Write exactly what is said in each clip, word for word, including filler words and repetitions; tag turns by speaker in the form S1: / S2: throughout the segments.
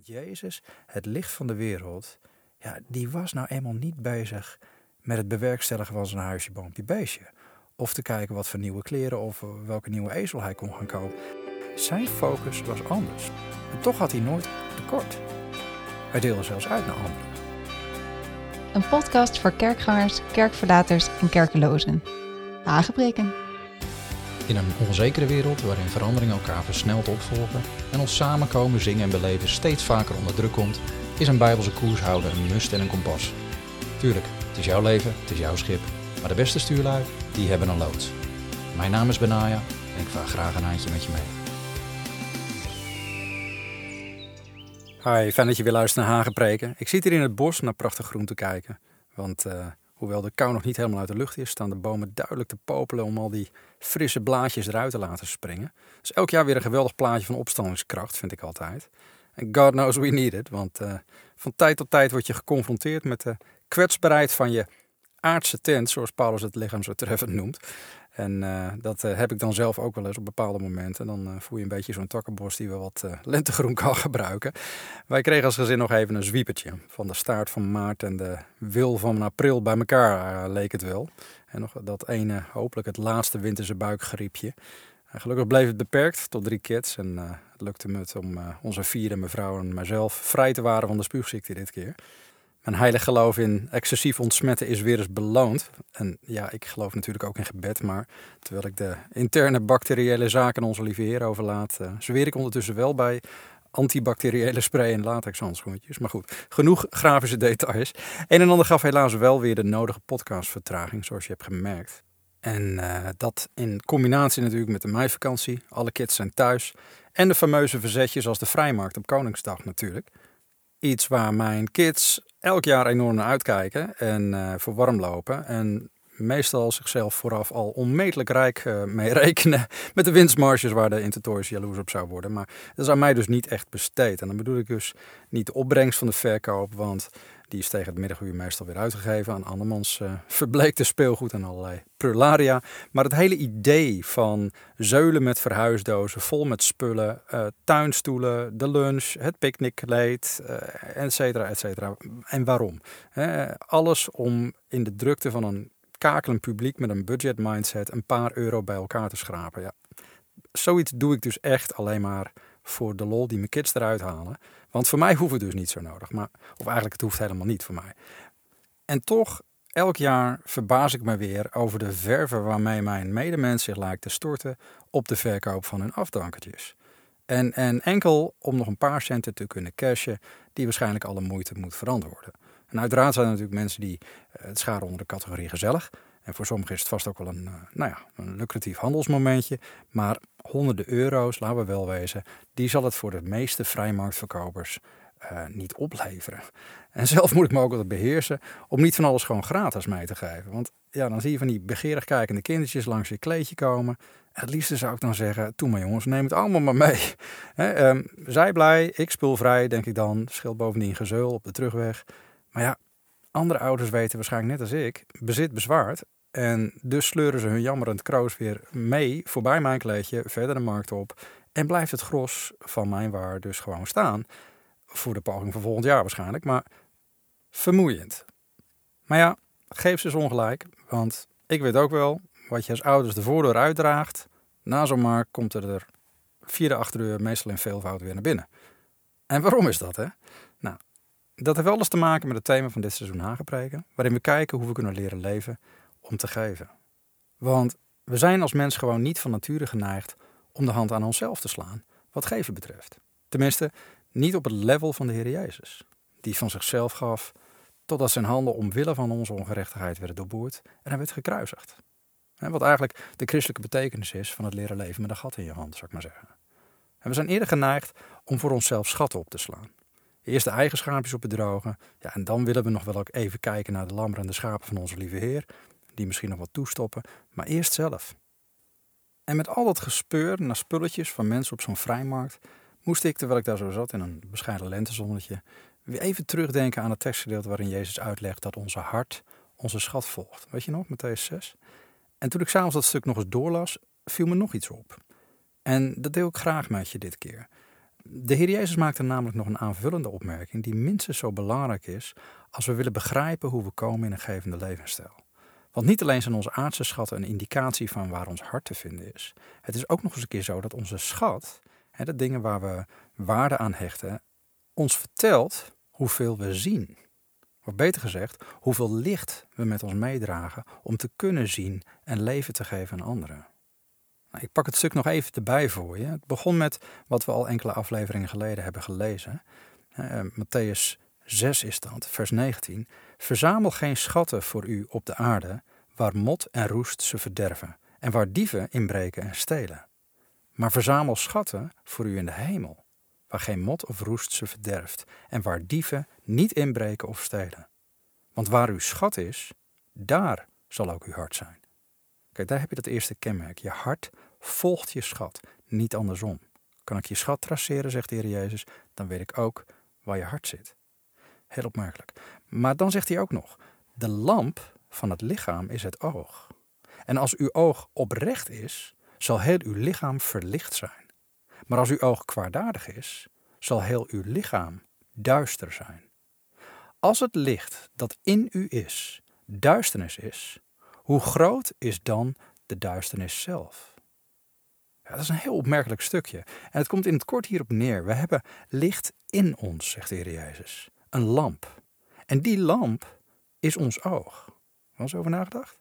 S1: Want Jezus, het licht van de wereld, ja, die was nou eenmaal niet bezig met het bewerkstelligen van zijn huisje, boompje, beestje. Of te kijken wat voor nieuwe kleren of welke nieuwe ezel hij kon gaan kopen. Zijn focus was anders. En toch had hij nooit tekort. Hij deelde zelfs uit naar anderen.
S2: Een podcast voor kerkgangers, kerkverlaters en kerkelozen. Hagebreken.
S3: In een onzekere wereld waarin veranderingen elkaar versneld opvolgen en ons samenkomen, zingen en beleven steeds vaker onder druk komt, is een bijbelse koershouder een must en een kompas. Tuurlijk, het is jouw leven, het is jouw schip, maar de beste stuurlui, die hebben een loods. Mijn naam is Benaya en ik vaar graag een eindje met je mee.
S1: Hi, fijn dat je weer luistert naar Hagebreken. Ik zit hier in het bos naar prachtig groen te kijken. Want uh, hoewel de kou nog niet helemaal uit de lucht is, staan de bomen duidelijk te popelen om al die frisse blaadjes eruit te laten springen. Dus elk jaar weer een geweldig plaatje van opstandingskracht, vind ik altijd. En God knows we need it, want uh, van tijd tot tijd word je geconfronteerd met de kwetsbaarheid van je aardse tent, zoals Paulus het lichaam zo treffend noemt. En uh, dat uh, heb ik dan zelf ook wel eens op bepaalde momenten. Dan uh, voel je een beetje zo'n takkenbos die wel wat uh, lentegroen kan gebruiken. Wij kregen als gezin nog even een zwiepertje. Van de staart van maart en de wil van april bij elkaar uh, leek het wel. En nog dat ene, hopelijk het laatste winterse buikgriepje. Uh, gelukkig bleef het beperkt tot drie kids. En uh, het lukte me het om uh, onze vier en mevrouw en mijzelf vrij te waren van de spuugziekte dit keer. Mijn heilig geloof in excessief ontsmetten is weer eens beloond. En ja, ik geloof natuurlijk ook in gebed, maar terwijl ik de interne bacteriële zaken aan onze lieve Heer overlaat, uh, zweer ik ondertussen wel bij antibacteriële spray en latexhandschoentjes. Maar goed, genoeg grafische details. Een en ander gaf helaas wel weer de nodige podcastvertraging, zoals je hebt gemerkt. En uh, dat in combinatie natuurlijk met de meivakantie, alle kids zijn thuis en de fameuze verzetjes als de vrijmarkt op Koningsdag natuurlijk. Iets waar mijn kids elk jaar enorm naar uitkijken en uh, voor warm lopen. En meestal zichzelf vooraf al onmetelijk rijk uh, mee rekenen met de winstmarges waar de Intertoys jaloers op zou worden. Maar dat is aan mij dus niet echt besteed. En dan bedoel ik dus niet de opbrengst van de verkoop, want die is tegen het middaguur meestal weer uitgegeven aan andermans uh, verbleekte speelgoed en allerlei prularia. Maar het hele idee van zeulen met verhuisdozen, vol met spullen, uh, tuinstoelen, de lunch, het picknickkleed, uh, et cetera, et cetera. En waarom? Uh, alles om in de drukte van een kakelend publiek met een budget mindset een paar euro bij elkaar te schrapen. Ja. Zoiets doe ik dus echt alleen maar voor de lol die mijn kids eruit halen. Want voor mij hoeft het dus niet zo nodig. Maar, of eigenlijk het hoeft helemaal niet voor mij. En toch, elk jaar verbaas ik me weer over de verve waarmee mijn medemens zich lijkt te storten op de verkoop van hun afdankertjes. En, en enkel om nog een paar centen te kunnen cashen die waarschijnlijk alle moeite moet verantwoorden. En uiteraard zijn er natuurlijk mensen die uh, het scharen onder de categorie gezellig. En voor sommigen is het vast ook wel een, uh, nou ja, een lucratief handelsmomentje. Maar honderden euro's, laten we wel wezen, die zal het voor de meeste vrijmarktverkopers uh, niet opleveren. En zelf moet ik me ook altijd beheersen om niet van alles gewoon gratis mee te geven. Want ja, dan zie je van die begeerig kijkende kindertjes langs je kleedje komen. Het liefste zou ik dan zeggen, toe maar jongens, neem het allemaal maar mee. He, um, zij blij, ik spulvrij, denk ik dan. Scheelt bovendien gezeul op de terugweg. Maar ja, andere ouders weten waarschijnlijk net als ik, bezit bezwaart. En dus sleuren ze hun jammerend kroos weer mee voorbij mijn kleedje, verder de markt op. En blijft het gros van mijn waar dus gewoon staan. Voor de poging van volgend jaar waarschijnlijk, maar vermoeiend. Maar ja, geef ze eens ongelijk, want ik weet ook wel, wat je als ouders de voordeur uitdraagt, na zo'n markt komt er, er via de achterdeur meestal in veelvoud weer naar binnen. En waarom is dat, hè? Nou, dat heeft alles te maken met het thema van dit seizoen Hagebreken, waarin we kijken hoe we kunnen leren leven om te geven. Want we zijn als mens gewoon niet van nature geneigd om de hand aan onszelf te slaan, wat geven betreft. Tenminste, niet op het level van de Heer Jezus, die van zichzelf gaf, totdat zijn handen omwille van onze ongerechtigheid werden doorboord en hij werd gekruisigd. Wat eigenlijk de christelijke betekenis is van het leren leven met een gat in je hand, zou ik maar zeggen. En we zijn eerder geneigd om voor onszelf schatten op te slaan. Eerst de eigen schaapjes op het droge. Ja, en dan willen we nog wel ook even kijken naar de lammeren en de schapen van onze lieve Heer. Die misschien nog wat toestoppen. Maar eerst zelf. En met al dat gespeur naar spulletjes van mensen op zo'n vrijmarkt, moest ik, terwijl ik daar zo zat in een bescheiden lentezonnetje, weer even terugdenken aan het tekstgedeelte waarin Jezus uitlegt dat onze hart onze schat volgt. Weet je nog, Mattheüs zes? En toen ik s'avonds dat stuk nog eens doorlas, viel me nog iets op. En dat deel ik graag met je dit keer. De Heer Jezus maakte namelijk nog een aanvullende opmerking die minstens zo belangrijk is als we willen begrijpen hoe we komen in een gevende levensstijl. Want niet alleen zijn onze aardse schatten een indicatie van waar ons hart te vinden is. Het is ook nog eens een keer zo dat onze schat, hè, de dingen waar we waarde aan hechten, ons vertelt hoeveel we zien. Of beter gezegd, hoeveel licht we met ons meedragen om te kunnen zien en leven te geven aan anderen. Nou, ik pak het stuk nog even erbij voor je. Het begon met wat we al enkele afleveringen geleden hebben gelezen. Uh, Mattheüs zes is dat, vers negentien. Verzamel geen schatten voor u op de aarde, waar mot en roest ze verderven, en waar dieven inbreken en stelen. Maar verzamel schatten voor u in de hemel, waar geen mot of roest ze verderft, en waar dieven niet inbreken of stelen. Want waar uw schat is, daar zal ook uw hart zijn. Kijk, daar heb je dat eerste kenmerk. Je hart volgt je schat, niet andersom. Kan ik je schat traceren, zegt de Heer Jezus, dan weet ik ook waar je hart zit. Heel opmerkelijk. Maar dan zegt hij ook nog, de lamp van het lichaam is het oog. En als uw oog oprecht is, zal heel uw lichaam verlicht zijn. Maar als uw oog kwaadaardig is, zal heel uw lichaam duister zijn. Als het licht dat in u is, duisternis is, hoe groot is dan de duisternis zelf? Ja, dat is een heel opmerkelijk stukje. En het komt in het kort hierop neer. We hebben licht in ons, zegt de Heer Jezus. Een lamp. En die lamp is ons oog. Wel eens over nagedacht?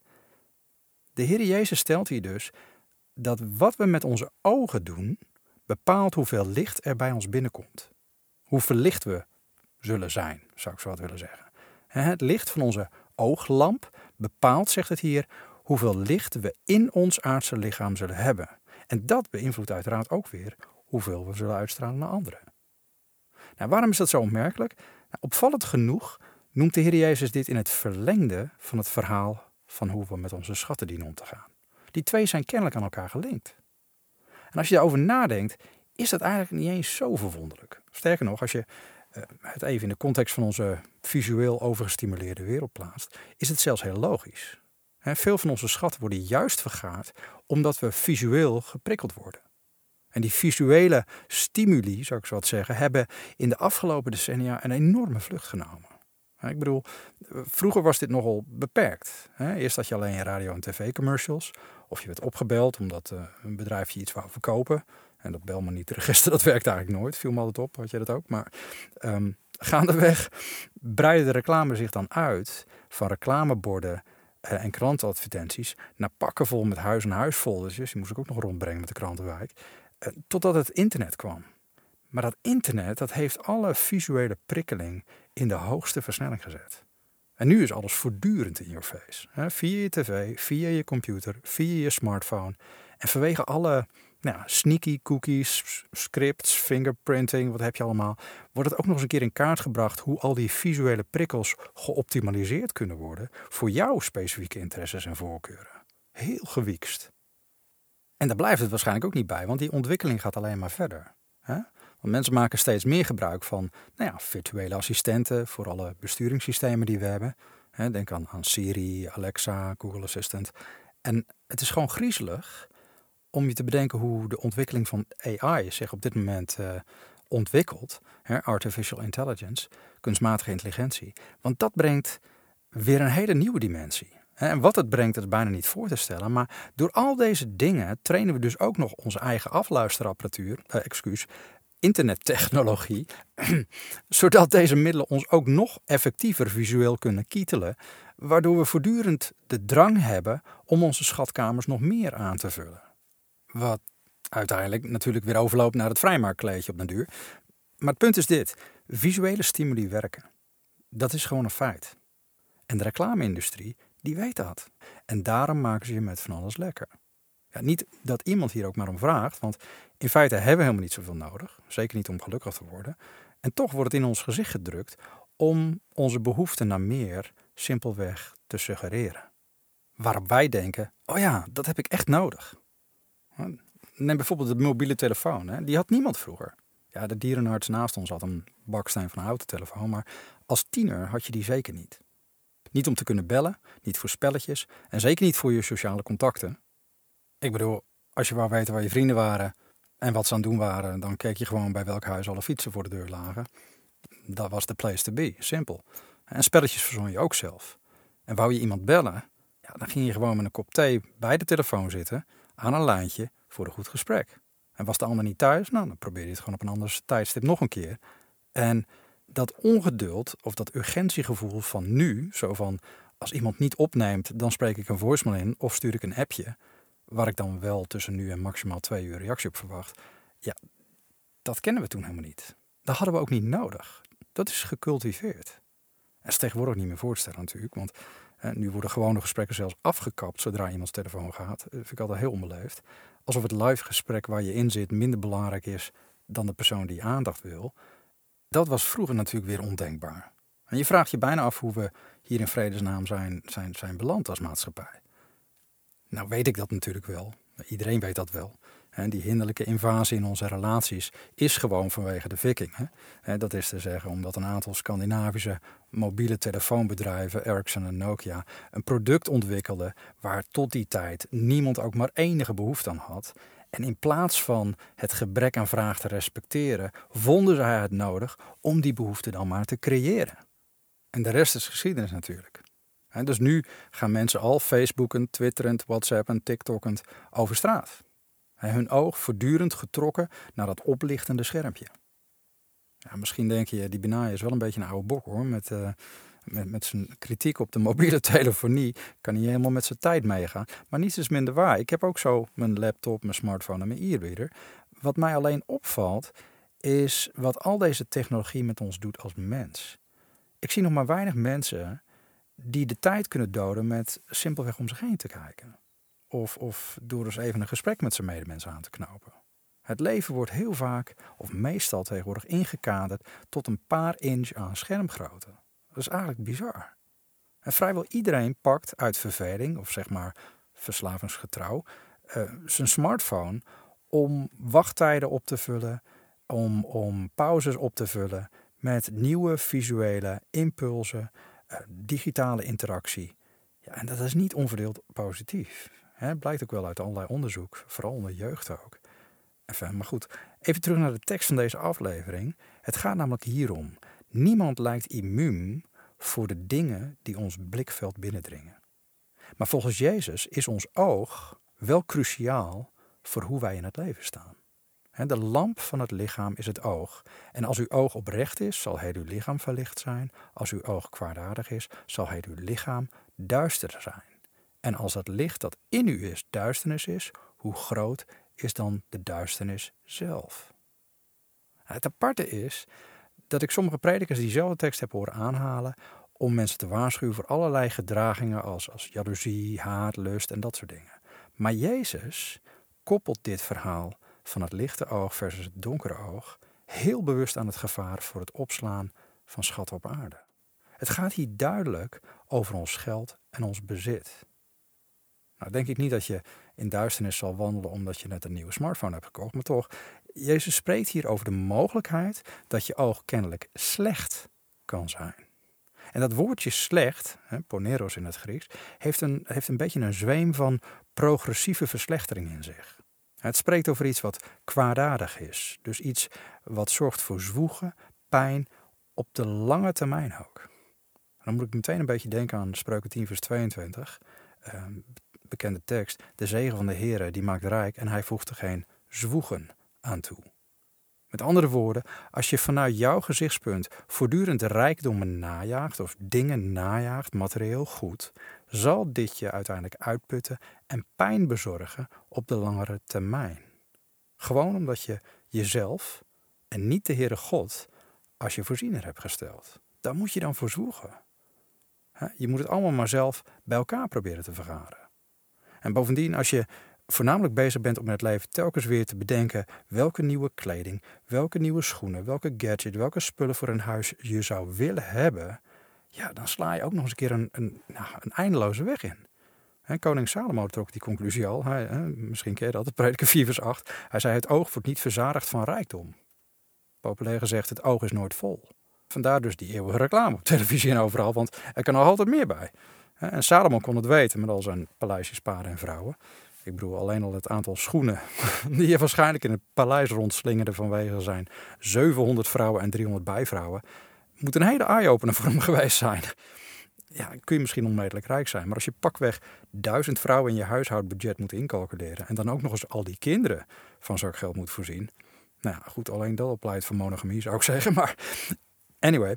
S1: De Heer Jezus stelt hier dus dat wat we met onze ogen doen, bepaalt hoeveel licht er bij ons binnenkomt. Hoe verlicht we zullen zijn, zou ik zo wat willen zeggen. Het licht van onze ooglamp bepaalt, zegt het hier, hoeveel licht we in ons aardse lichaam zullen hebben. En dat beïnvloedt uiteraard ook weer hoeveel we zullen uitstralen naar anderen. Nou, waarom is dat zo opmerkelijk? Nou, opvallend genoeg noemt de Heer Jezus dit in het verlengde van het verhaal van hoe we met onze schatten dienen om te gaan. Die twee zijn kennelijk aan elkaar gelinkt. En als je daarover nadenkt, is dat eigenlijk niet eens zo verwonderlijk. Sterker nog, als je uh, het even in de context van onze visueel overgestimuleerde wereld plaatst, is het zelfs heel logisch. He, veel van onze schatten worden juist vergaard omdat we visueel geprikkeld worden. En die visuele stimuli, zou ik zo wat zeggen, hebben in de afgelopen decennia een enorme vlucht genomen. Ik bedoel, vroeger was dit nogal beperkt. Eerst had je alleen radio- en tv-commercials. Of je werd opgebeld omdat een bedrijf je iets wou verkopen. En dat bel maar niet register, dat werkt eigenlijk nooit. Viel me altijd op, had je dat ook. Maar um, gaandeweg breidde de reclame zich dan uit van reclameborden uh, en krantenadvertenties naar pakken vol met huis-en-huis foldertjes. Die moest ik ook nog rondbrengen met de krantenwijk. Uh, totdat het internet kwam. Maar dat internet, dat heeft alle visuele prikkeling in de hoogste versnelling gezet. En nu is alles voortdurend in your face. Hè? Via je tv, via je computer, via je smartphone. En vanwege alle nou, sneaky cookies, scripts, fingerprinting, wat heb je allemaal, wordt het ook nog eens een keer in kaart gebracht hoe al die visuele prikkels geoptimaliseerd kunnen worden voor jouw specifieke interesses en voorkeuren. Heel gewiekst. En daar blijft het waarschijnlijk ook niet bij, want die ontwikkeling gaat alleen maar verder. Hè? Want mensen maken steeds meer gebruik van nou ja, virtuele assistenten voor alle besturingssystemen die we hebben. Denk aan, aan Siri, Alexa, Google Assistant. En het is gewoon griezelig om je te bedenken hoe de ontwikkeling van A I zich op dit moment uh, ontwikkelt. Hè, artificial intelligence, kunstmatige intelligentie. Want dat brengt weer een hele nieuwe dimensie. En wat het brengt, is bijna niet voor te stellen. Maar door al deze dingen trainen we dus ook nog onze eigen afluisterapparatuur, uh, excuus, internettechnologie, zodat deze middelen ons ook nog effectiever visueel kunnen kietelen, waardoor we voortdurend de drang hebben om onze schatkamers nog meer aan te vullen. Wat uiteindelijk natuurlijk weer overloopt naar het vrijmarktkleedje op den duur. Maar het punt is dit, visuele stimuli werken. Dat is gewoon een feit. En de reclame-industrie, die weet dat. En daarom maken ze je met van alles lekker. Ja, niet dat iemand hier ook maar om vraagt, want in feite hebben we helemaal niet zoveel nodig. Zeker niet om gelukkig te worden. En toch wordt het in ons gezicht gedrukt om onze behoefte naar meer simpelweg te suggereren. Waarop wij denken, oh ja, dat heb ik echt nodig. Neem bijvoorbeeld de mobiele telefoon. Hè. Die had niemand vroeger. Ja, de dierenarts naast ons had een baksteen van een houten telefoon, maar als tiener had je die zeker niet. Niet om te kunnen bellen, niet voor spelletjes en zeker niet voor je sociale contacten. Ik bedoel, als je wou weten waar je vrienden waren, En wat ze aan het doen waren, dan keek je gewoon bij welk huis alle fietsen voor de deur lagen. Dat was de place to be, simpel. En spelletjes verzon je ook zelf. En wou je iemand bellen, ja, dan ging je gewoon met een kop thee bij de telefoon zitten, aan een lijntje, voor een goed gesprek. En was de ander niet thuis, nou, dan probeer je het gewoon op een ander tijdstip nog een keer. En dat ongeduld of dat urgentiegevoel van nu, zo van als iemand niet opneemt, dan spreek ik een voicemail in of stuur ik een appje, waar ik dan wel tussen nu en maximaal twee uur reactie op verwacht. Ja, dat kennen we toen helemaal niet. Dat hadden we ook niet nodig. Dat is gecultiveerd. En is tegenwoordig niet meer voor te stellen natuurlijk, want eh, nu worden gewone gesprekken zelfs afgekapt zodra iemands telefoon gaat. Dat vind ik altijd heel onbeleefd. Alsof het live gesprek waar je in zit minder belangrijk is dan de persoon die aandacht wil. Dat was vroeger natuurlijk weer ondenkbaar. En je vraagt je bijna af hoe we hier in vredesnaam zijn, zijn, zijn beland als maatschappij. Nou weet ik dat natuurlijk wel. Iedereen weet dat wel. En die hinderlijke invasie in onze relaties is gewoon vanwege de vikingen. Dat is te zeggen omdat een aantal Scandinavische mobiele telefoonbedrijven, Ericsson en Nokia, een product ontwikkelden waar tot die tijd niemand ook maar enige behoefte aan had. En in plaats van het gebrek aan vraag te respecteren, vonden zij het nodig om die behoefte dan maar te creëren. En de rest is geschiedenis natuurlijk. En dus nu gaan mensen al Facebookend, Twitterend, WhatsAppend, TikTokkend over straat. En hun oog voortdurend getrokken naar dat oplichtende schermpje. Ja, misschien denk je, die Benaja is wel een beetje een oude bok hoor. Met, uh, met, met zijn kritiek op de mobiele telefonie kan hij helemaal met zijn tijd meegaan. Maar niets is minder waar. Ik heb ook zo mijn laptop, mijn smartphone en mijn e-reader. Wat mij alleen opvalt is wat al deze technologie met ons doet als mens. Ik zie nog maar weinig mensen die de tijd kunnen doden met simpelweg om zich heen te kijken. Of, of door eens even een gesprek met zijn medemensen aan te knopen. Het leven wordt heel vaak, of meestal tegenwoordig, ingekaderd tot een paar inch aan schermgrootte. Dat is eigenlijk bizar. En vrijwel iedereen pakt uit verveling, of zeg maar verslavingsgetrouw, uh, zijn smartphone om wachttijden op te vullen, om, om pauzes op te vullen met nieuwe visuele impulsen, uh, digitale interactie. Ja, en dat is niet onverdeeld positief. Het blijkt ook wel uit allerlei onderzoek, vooral onder jeugd ook. Enfin, maar goed, even terug naar de tekst van deze aflevering. Het gaat namelijk hierom. Niemand lijkt immuun voor de dingen die ons blikveld binnendringen. Maar volgens Jezus is ons oog wel cruciaal voor hoe wij in het leven staan. De lamp van het lichaam is het oog. En als uw oog oprecht is, zal heel uw lichaam verlicht zijn. Als uw oog kwaadaardig is, zal heel uw lichaam duister zijn. En als dat licht dat in u is duisternis is, hoe groot is dan de duisternis zelf? Het aparte is dat ik sommige predikers diezelfde tekst heb horen aanhalen om mensen te waarschuwen voor allerlei gedragingen als, als jaloezie, haat, lust en dat soort dingen. Maar Jezus koppelt dit verhaal van het lichte oog versus het donkere oog heel bewust aan het gevaar voor het opslaan van schatten op aarde. Het gaat hier duidelijk over ons geld en ons bezit. Nou denk ik niet dat je in duisternis zal wandelen omdat je net een nieuwe smartphone hebt gekocht, maar toch, Jezus spreekt hier over de mogelijkheid dat je oog kennelijk slecht kan zijn. En dat woordje slecht, hè, poneros in het Grieks, heeft een, heeft een beetje een zweem van progressieve verslechtering in zich. Het spreekt over iets wat kwaadaardig is, dus iets wat zorgt voor zwoegen, pijn, op de lange termijn ook. Dan moet ik meteen een beetje denken aan Spreuken tien vers tweeëntwintig, uh, bekende tekst. De zegen van de Heere die maakt rijk en hij voegt er geen zwoegen aan toe. Met andere woorden, als je vanuit jouw gezichtspunt voortdurend rijkdommen najaagt of dingen najaagt, materieel goed, zal dit je uiteindelijk uitputten en pijn bezorgen op de langere termijn. Gewoon omdat je jezelf en niet de Heere God als je voorziener hebt gesteld. Daar moet je dan voor zwoegen. Je moet het allemaal maar zelf bij elkaar proberen te vergaren. En bovendien, als je voornamelijk bezig bent om in het leven telkens weer te bedenken welke nieuwe kleding, welke nieuwe schoenen, welke gadget, welke spullen voor een huis je zou willen hebben, ja, dan sla je ook nog eens een keer een, een, nou, een eindeloze weg in. He, koning Salomo trok die conclusie al, hij, he, misschien ken je dat, Prediker vier vers acht. Hij zei, het oog wordt niet verzadigd van rijkdom. Populair gezegd, het oog is nooit vol. Vandaar dus die eeuwige reclame op televisie en overal, want er kan nog altijd meer bij. En Salomo kon het weten met al zijn paleisjes, paarden en vrouwen. Ik bedoel, alleen al het aantal schoenen die je waarschijnlijk in het paleis rondslingerde vanwege zijn zevenhonderd vrouwen en driehonderd bijvrouwen, moet een hele eye-opener voor hem geweest zijn. Ja, kun je misschien onmetelijk rijk zijn, maar als je pakweg duizend vrouwen in je huishoudbudget moet incalculeren en dan ook nog eens al die kinderen van zo'n geld moet voorzien. Nou ja, goed, alleen dat pleit voor monogamie zou ik zeggen, maar anyway.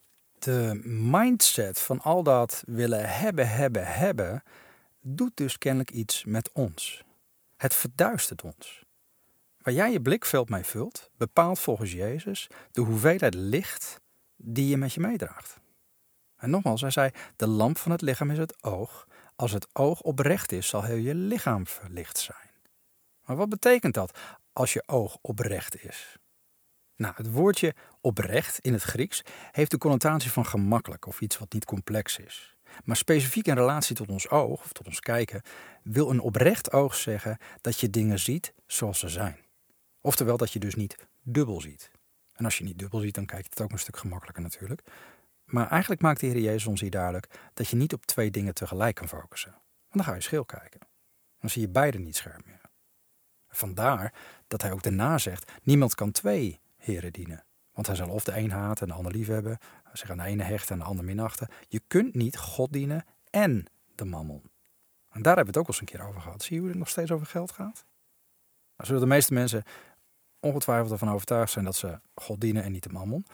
S1: De mindset van al dat willen hebben, hebben, hebben, doet dus kennelijk iets met ons. Het verduistert ons. Waar jij je blikveld mee vult, bepaalt volgens Jezus de hoeveelheid licht die je met je meedraagt. En nogmaals, hij zei, de lamp van het lichaam is het oog. Als het oog oprecht is, zal heel je lichaam verlicht zijn. Maar wat betekent dat als je oog oprecht is? Nou, het woordje oprecht in het Grieks heeft de connotatie van gemakkelijk of iets wat niet complex is. Maar specifiek in relatie tot ons oog, of tot ons kijken, wil een oprecht oog zeggen dat je dingen ziet zoals ze zijn. Oftewel dat je dus niet dubbel ziet. En als je niet dubbel ziet, dan kijk je het ook een stuk gemakkelijker natuurlijk. Maar eigenlijk maakt de Heer Jezus ons hier duidelijk dat je niet op twee dingen tegelijk kan focussen. Want dan ga je scheel kijken. Dan zie je beide niet scherp meer. Vandaar dat hij ook daarna zegt, niemand kan twee heren dienen. Want hij zal of de een haten en de ander lief hebben, zich aan de ene hechten en de ander minachten. Je kunt niet God dienen en de mammon. En daar hebben we het ook al eens een keer over gehad. Zie je hoe het nog steeds over geld gaat? Nou, zullen de meeste mensen ongetwijfeld ervan overtuigd zijn dat ze God dienen en niet de mammon.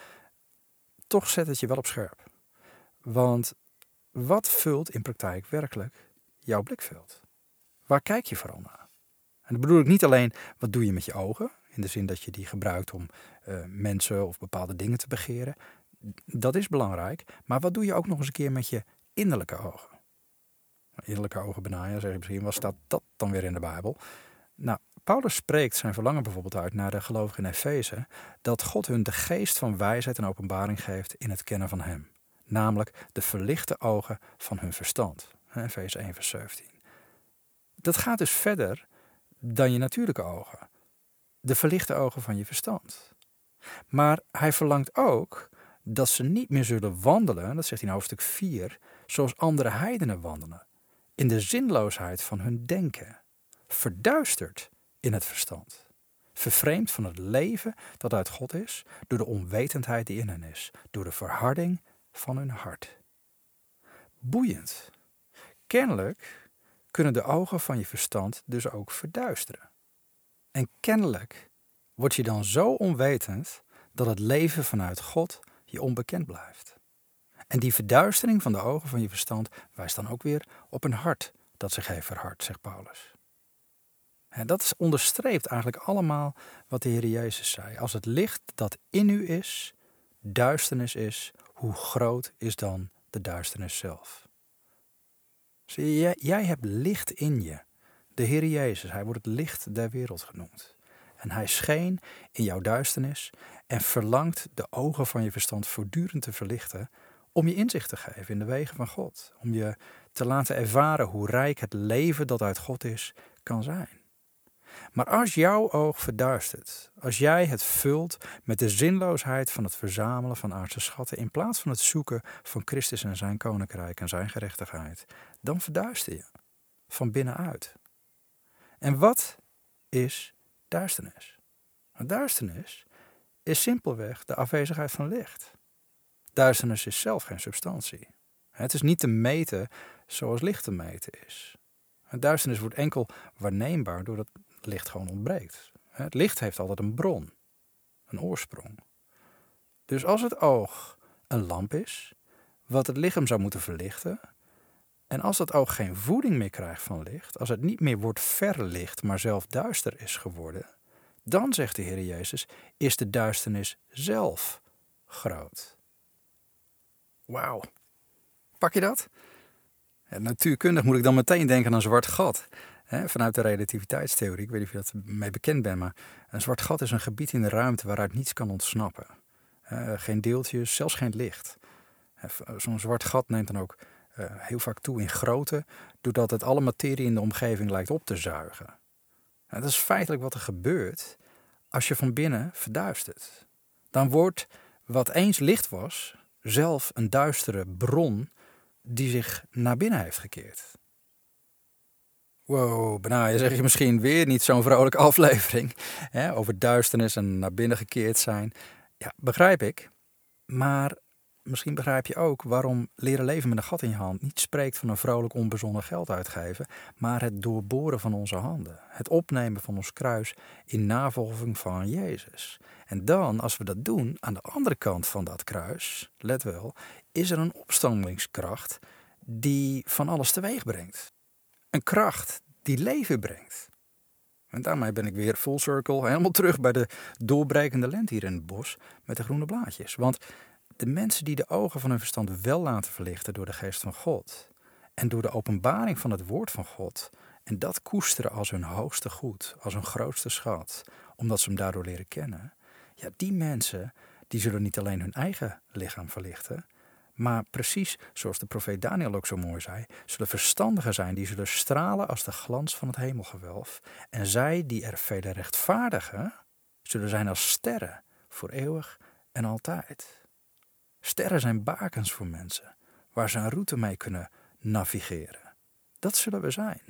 S1: Toch zet het je wel op scherp. Want wat vult in praktijk werkelijk jouw blikveld? Waar kijk je vooral naar? En dat bedoel ik niet alleen wat doe je met je ogen, in de zin dat je die gebruikt om uh, mensen of bepaalde dingen te begeren. Dat is belangrijk, maar wat doe je ook nog eens een keer met je innerlijke ogen? Innerlijke ogen benaaien, zeg je misschien, wat staat dat dan weer in de Bijbel? Nou, Paulus spreekt zijn verlangen bijvoorbeeld uit naar de gelovigen in Efeze, dat God hun de geest van wijsheid en openbaring geeft in het kennen van hem. Namelijk de verlichte ogen van hun verstand. Efeze één vers zeventien. Dat gaat dus verder dan je natuurlijke ogen. De verlichte ogen van je verstand. Maar hij verlangt ook dat ze niet meer zullen wandelen, dat zegt hij in hoofdstuk vier, zoals andere heidenen wandelen. In de zinloosheid van hun denken. Verduisterd in het verstand. Vervreemd van het leven dat uit God is, door de onwetendheid die in hen is. Door de verharding van hun hart. Boeiend. Kennelijk kunnen de ogen van je verstand dus ook verduisteren. En kennelijk word je dan zo onwetend dat het leven vanuit God je onbekend blijft. En die verduistering van de ogen van je verstand wijst dan ook weer op een hart dat zich heeft verhard, zegt Paulus. En dat onderstreept eigenlijk allemaal wat de Heer Jezus zei. Als het licht dat in u is, duisternis is, hoe groot is dan de duisternis zelf? Zie je, jij, jij hebt licht in je. De Heer Jezus, hij wordt het licht der wereld genoemd. En hij scheen in jouw duisternis en verlangt de ogen van je verstand voortdurend te verlichten om je inzicht te geven in de wegen van God. Om je te laten ervaren hoe rijk het leven dat uit God is kan zijn. Maar als jouw oog verduistert, als jij het vult met de zinloosheid van het verzamelen van aardse schatten in plaats van het zoeken van Christus en zijn koninkrijk en zijn gerechtigheid, dan verduister je van binnenuit. En wat is duisternis? Duisternis is simpelweg de afwezigheid van licht. Duisternis is zelf geen substantie. Het is niet te meten zoals licht te meten is. Duisternis wordt enkel waarneembaar doordat licht gewoon ontbreekt. Het licht heeft altijd een bron, een oorsprong. Dus als het oog een lamp is, wat het lichaam zou moeten verlichten, en als dat oog geen voeding meer krijgt van licht, als het niet meer wordt verlicht, maar zelf duister is geworden, dan, zegt de Heer Jezus, is de duisternis zelf groot. Wauw. Pak je dat? Ja, natuurkundig moet ik dan meteen denken aan een zwart gat. He, vanuit de relativiteitstheorie, ik weet niet of je dat mee bekend bent, maar een zwart gat is een gebied in de ruimte waaruit niets kan ontsnappen. Uh, geen deeltjes, zelfs geen licht. Uh, zo'n zwart gat neemt dan ook uh, heel vaak toe in grootte, doordat het alle materie in de omgeving lijkt op te zuigen. Uh, dat is feitelijk wat er gebeurt als je van binnen verduistert. Dan wordt wat eens licht was, zelf een duistere bron die zich naar binnen heeft gekeerd. Wow, Benaya, zeg je misschien weer niet zo'n vrolijke aflevering. Hè, over duisternis en naar binnen gekeerd zijn. Ja, begrijp ik. Maar misschien begrijp je ook waarom leren leven met een gat in je hand niet spreekt van een vrolijk onbezonnen geld uitgeven, maar het doorboren van onze handen. Het opnemen van ons kruis in navolging van Jezus. En dan, als we dat doen, aan de andere kant van dat kruis, let wel, is er een opstandingskracht die van alles teweeg brengt. Een kracht die leven brengt. En daarmee ben ik weer full circle, helemaal terug bij de doorbrekende lente hier in het bos met de groene blaadjes. Want de mensen die de ogen van hun verstand wel laten verlichten door de geest van God en door de openbaring van het woord van God en dat koesteren als hun hoogste goed, als hun grootste schat, omdat ze hem daardoor leren kennen, ja, die mensen die zullen niet alleen hun eigen lichaam verlichten, maar precies zoals de profeet Daniel ook zo mooi zei, zullen verstandigen zijn, die zullen stralen als de glans van het hemelgewelf. En zij die er vele rechtvaardigen, zullen zijn als sterren voor eeuwig en altijd. Sterren zijn bakens voor mensen, waar ze een route mee kunnen navigeren. Dat zullen we zijn.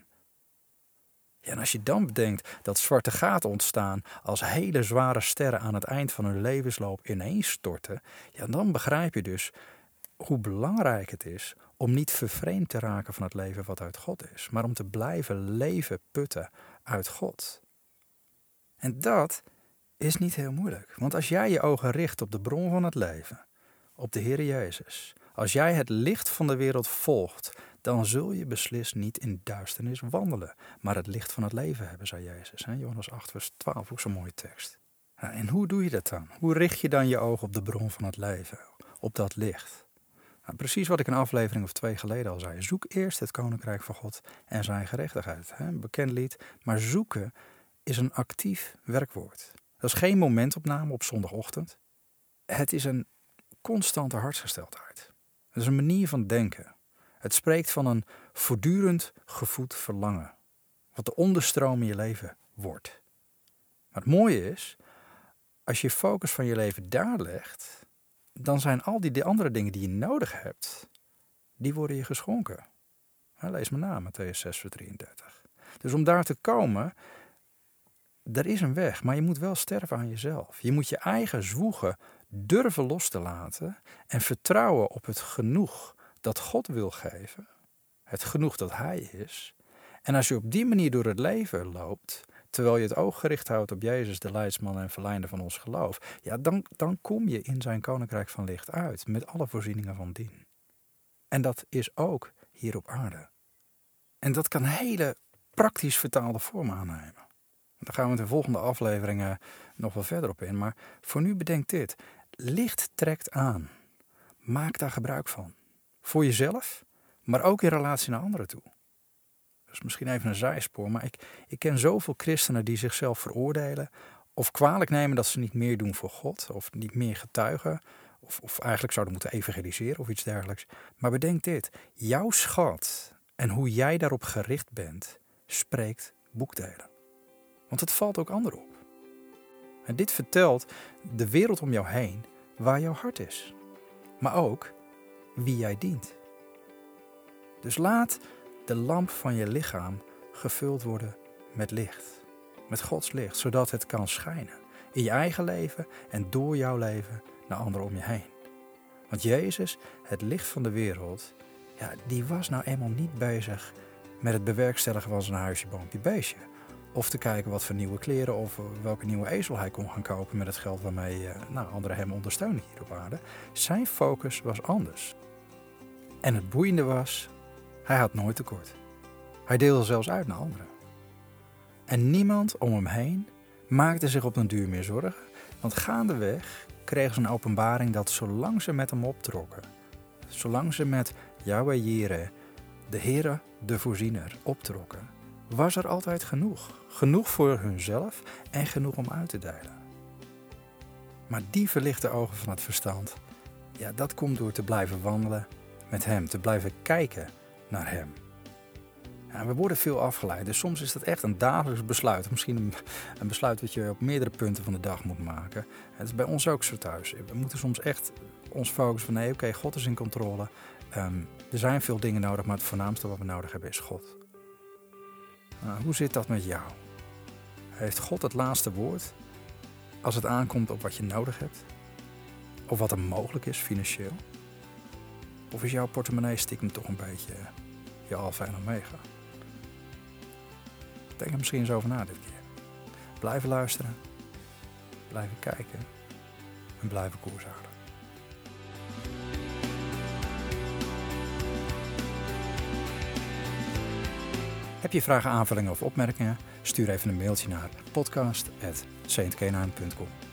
S1: Ja, en als je dan bedenkt dat zwarte gaten ontstaan als hele zware sterren aan het eind van hun levensloop ineens storten, ja, dan begrijp je dus hoe belangrijk het is om niet vervreemd te raken van het leven wat uit God is, maar om te blijven leven putten uit God. En dat is niet heel moeilijk, want als jij je ogen richt op de bron van het leven, op de Heer Jezus, als jij het licht van de wereld volgt, dan zul je beslist niet in duisternis wandelen, maar het licht van het leven hebben, zei Jezus. Hè? Johannes acht, vers twaalf, ook zo'n mooie tekst. Ja, en hoe doe je dat dan? Hoe richt je dan je ogen op de bron van het leven, op dat licht? Nou, precies wat ik een aflevering of twee geleden al zei. Zoek eerst het koninkrijk van God en zijn gerechtigheid. Hè? Een bekend lied, maar zoeken is een actief werkwoord. Dat is geen momentopname op zondagochtend. Het is een constante hartsgesteldheid. Het is een manier van denken. Het spreekt van een voortdurend gevoed verlangen. Wat de onderstroom in je leven wordt. Maar het mooie is, als je focus van je leven daar legt, dan zijn al die andere dingen die je nodig hebt, die worden je geschonken. Lees maar na, Mattheüs zes, vers drieëndertig. Dus om daar te komen, er is een weg, maar je moet wel sterven aan jezelf. Je moet je eigen zwoegen durven los te laten en vertrouwen op het genoeg dat God wil geven. Het genoeg dat Hij is. En als je op die manier door het leven loopt, terwijl je het oog gericht houdt op Jezus, de leidsman en verleider van ons geloof, ja, dan, dan kom je in zijn koninkrijk van licht uit, met alle voorzieningen van dien. En dat is ook hier op aarde. En dat kan hele praktisch vertaalde vormen aannemen. Daar gaan we in de volgende afleveringen nog wel verder op in. Maar voor nu bedenk dit. Licht trekt aan. Maak daar gebruik van. Voor jezelf, maar ook in relatie naar anderen toe. Dat is misschien even een zijspoor, maar ik, ik ken zoveel christenen die zichzelf veroordelen of kwalijk nemen dat ze niet meer doen voor God of niet meer getuigen of, of eigenlijk zouden moeten evangeliseren of iets dergelijks. Maar bedenk dit. Jouw schat en hoe jij daarop gericht bent, spreekt boekdelen. Want het valt ook anderen op. En dit vertelt de wereld om jou heen waar jouw hart is. Maar ook wie jij dient. Dus laat de lamp van je lichaam gevuld worden met licht. Met Gods licht, zodat het kan schijnen. In je eigen leven en door jouw leven naar anderen om je heen. Want Jezus, het licht van de wereld, ja, die was nou eenmaal niet bezig met het bewerkstelligen van zijn huisje, boompje, beestje. Of te kijken wat voor nieuwe kleren of welke nieuwe ezel hij kon gaan kopen met het geld waarmee uh, nou, anderen hem ondersteunen hier op aarde. Zijn focus was anders. En het boeiende was, hij had nooit tekort. Hij deelde zelfs uit naar anderen. En niemand om hem heen maakte zich op den duur meer zorgen, want gaandeweg kregen ze een openbaring dat zolang ze met hem optrokken, zolang ze met Yahweh Jireh, de Heere, de Voorziener, optrokken, was er altijd genoeg. Genoeg voor hunzelf en genoeg om uit te delen. Maar die verlichte ogen van het verstand, ja, dat komt door te blijven wandelen met hem, te blijven kijken naar hem. Ja, we worden veel afgeleid, dus soms is dat echt een dagelijks besluit. Misschien een, een besluit dat je op meerdere punten van de dag moet maken. Het is bij ons ook zo thuis. We moeten soms echt ons focussen van nee, oké, okay, God is in controle. Um, er zijn veel dingen nodig, maar het voornaamste wat we nodig hebben is God. Nou, hoe zit dat met jou? Heeft God het laatste woord als het aankomt op wat je nodig hebt? Of wat er mogelijk is financieel? Of is jouw portemonnee stiekem toch een beetje je alfa en omega? Denk er misschien eens over na dit keer. Blijven luisteren, blijven kijken en blijven koers houden. Heb je vragen, aanvullingen of opmerkingen? Stuur even een mailtje naar podcast apenstaartje saint kenaan punt com.